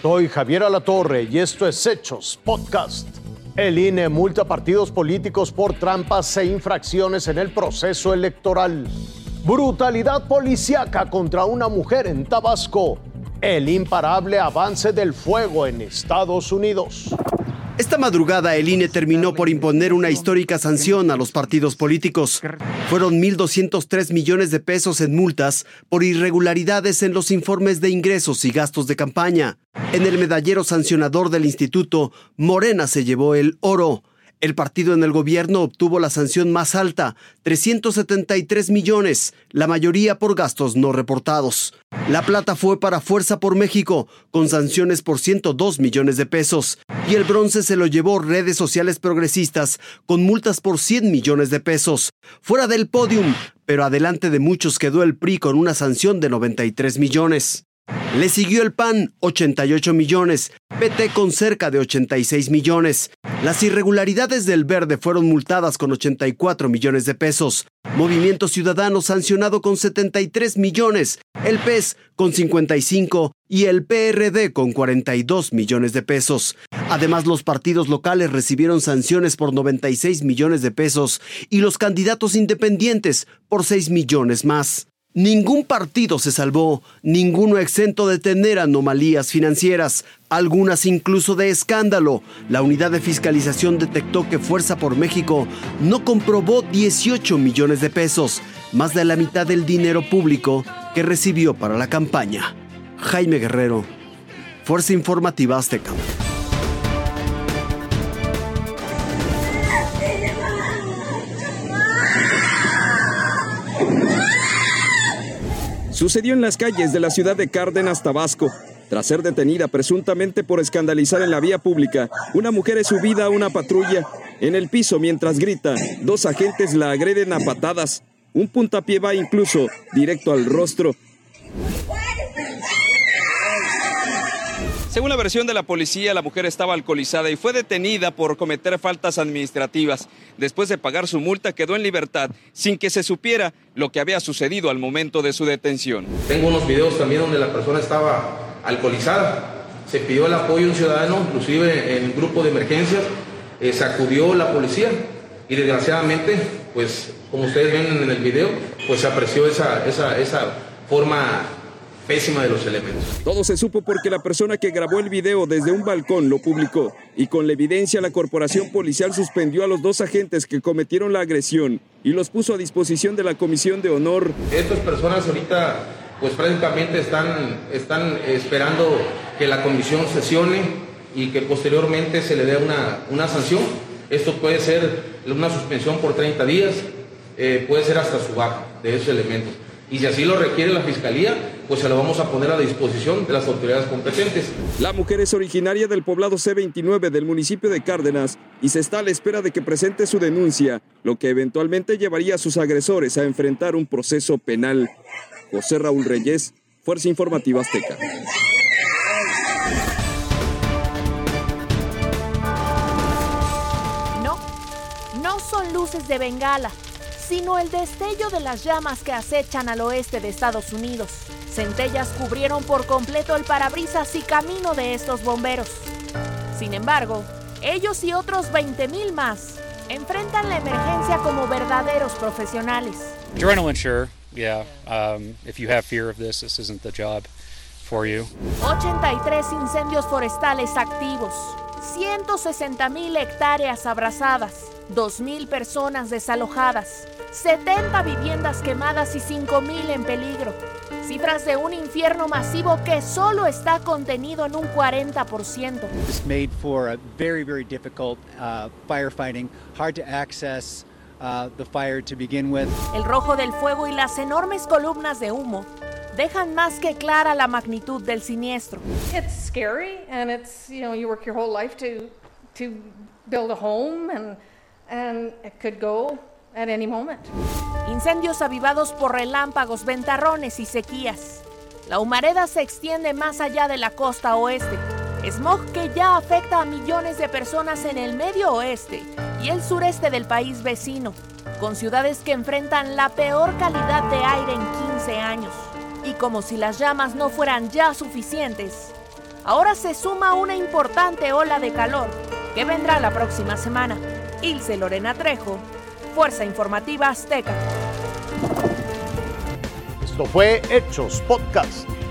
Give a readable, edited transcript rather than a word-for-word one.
Soy Javier Alatorre y esto es Hechos Podcast. El INE multa a partidos políticos por trampas e infracciones en el proceso electoral. Brutalidad policíaca contra una mujer en Tabasco. El imparable avance del fuego en Estados Unidos. Esta madrugada el INE terminó por imponer una histórica sanción a los partidos políticos. Fueron 1,203 millones de pesos en multas por irregularidades en los informes de ingresos y gastos de campaña. En el medallero sancionador del instituto, Morena se llevó el oro. El partido en el gobierno obtuvo la sanción más alta, 373 millones, la mayoría por gastos no reportados. La plata fue para Fuerza por México, con sanciones por 102 millones de pesos. Y el bronce se lo llevó Redes Sociales Progresistas, con multas por 100 millones de pesos. Fuera del podium, pero adelante de muchos quedó el PRI con una sanción de 93 millones. Le siguió el PAN, 88 millones, PT con cerca de 86 millones. Las irregularidades del Verde fueron multadas con 84 millones de pesos. Movimiento Ciudadano sancionado con 73 millones, el PES con 55 y el PRD con 42 millones de pesos. Además, los partidos locales recibieron sanciones por 96 millones de pesos y los candidatos independientes por 6 millones más. Ningún partido se salvó, ninguno exento de tener anomalías financieras, algunas incluso de escándalo. La unidad de fiscalización detectó que Fuerza por México no comprobó 18 millones de pesos, más de la mitad del dinero público que recibió para la campaña. Jaime Guerrero, Fuerza Informativa Azteca. Sucedió en las calles de la ciudad de Cárdenas, Tabasco. Tras ser detenida presuntamente por escandalizar en la vía pública, una mujer es subida a una patrulla. En el piso, mientras grita, 2 agentes la agreden a patadas. Un puntapié va incluso directo al rostro. Según la versión de la policía, la mujer estaba alcoholizada y fue detenida por cometer faltas administrativas. Después de pagar su multa, quedó en libertad, sin que se supiera lo que había sucedido al momento de su detención. Tengo unos videos también donde la persona estaba alcoholizada. Se pidió el apoyo de un ciudadano, inclusive en el grupo de emergencias, se acudió la policía y desgraciadamente, pues como ustedes ven en el video, pues se apreció esa forma pésima de los elementos. Todo se supo porque la persona que grabó el video desde un balcón lo publicó y con la evidencia la corporación policial suspendió a los 2 agentes que cometieron la agresión y los puso a disposición de la Comisión de Honor. Estas personas ahorita pues prácticamente están esperando que la comisión sesione y que posteriormente se le dé una sanción. Esto puede ser una suspensión por 30 días, puede ser hasta su baja de esos elementos. Y si así lo requiere la Fiscalía, pues se lo vamos a poner a disposición de las autoridades competentes. La mujer es originaria del poblado C29 del municipio de Cárdenas y se está a la espera de que presente su denuncia, lo que eventualmente llevaría a sus agresores a enfrentar un proceso penal. José Raúl Reyes, Fuerza Informativa Azteca. No son luces de bengala, sino el destello de las llamas que acechan al oeste de Estados Unidos. Centellas cubrieron por completo el parabrisas y camino de estos bomberos. Sin embargo, ellos y otros 20,000 más enfrentan la emergencia como verdaderos profesionales. Adrenaline, sure. Yeah. If you have fear of this isn't the job for you. 83 incendios forestales activos, 160,000 hectáreas abrasadas, 2,000 personas desalojadas, 70 viviendas quemadas y 5,000 en peligro. Cifras de un infierno masivo que solo está contenido en un 40%. It's made for a very, very difficult firefighting, hard to access the fire to begin with. El rojo del fuego y las enormes columnas de humo dejan más que clara la magnitud del siniestro. It's scary and it's, you work your whole life to build a home and it could go at any moment. Incendios avivados por relámpagos, ventarrones y sequías. La humareda se extiende más allá de la costa oeste. Smog que ya afecta a millones de personas en el medio oeste y el sureste del país vecino, con ciudades que enfrentan la peor calidad de aire en 15 años. Y como si las llamas no fueran ya suficientes, Ahora se suma una importante ola de calor que vendrá la próxima semana. Ilse Lorena Trejo, Fuerza Informativa Azteca. Esto fue Hechos Podcast.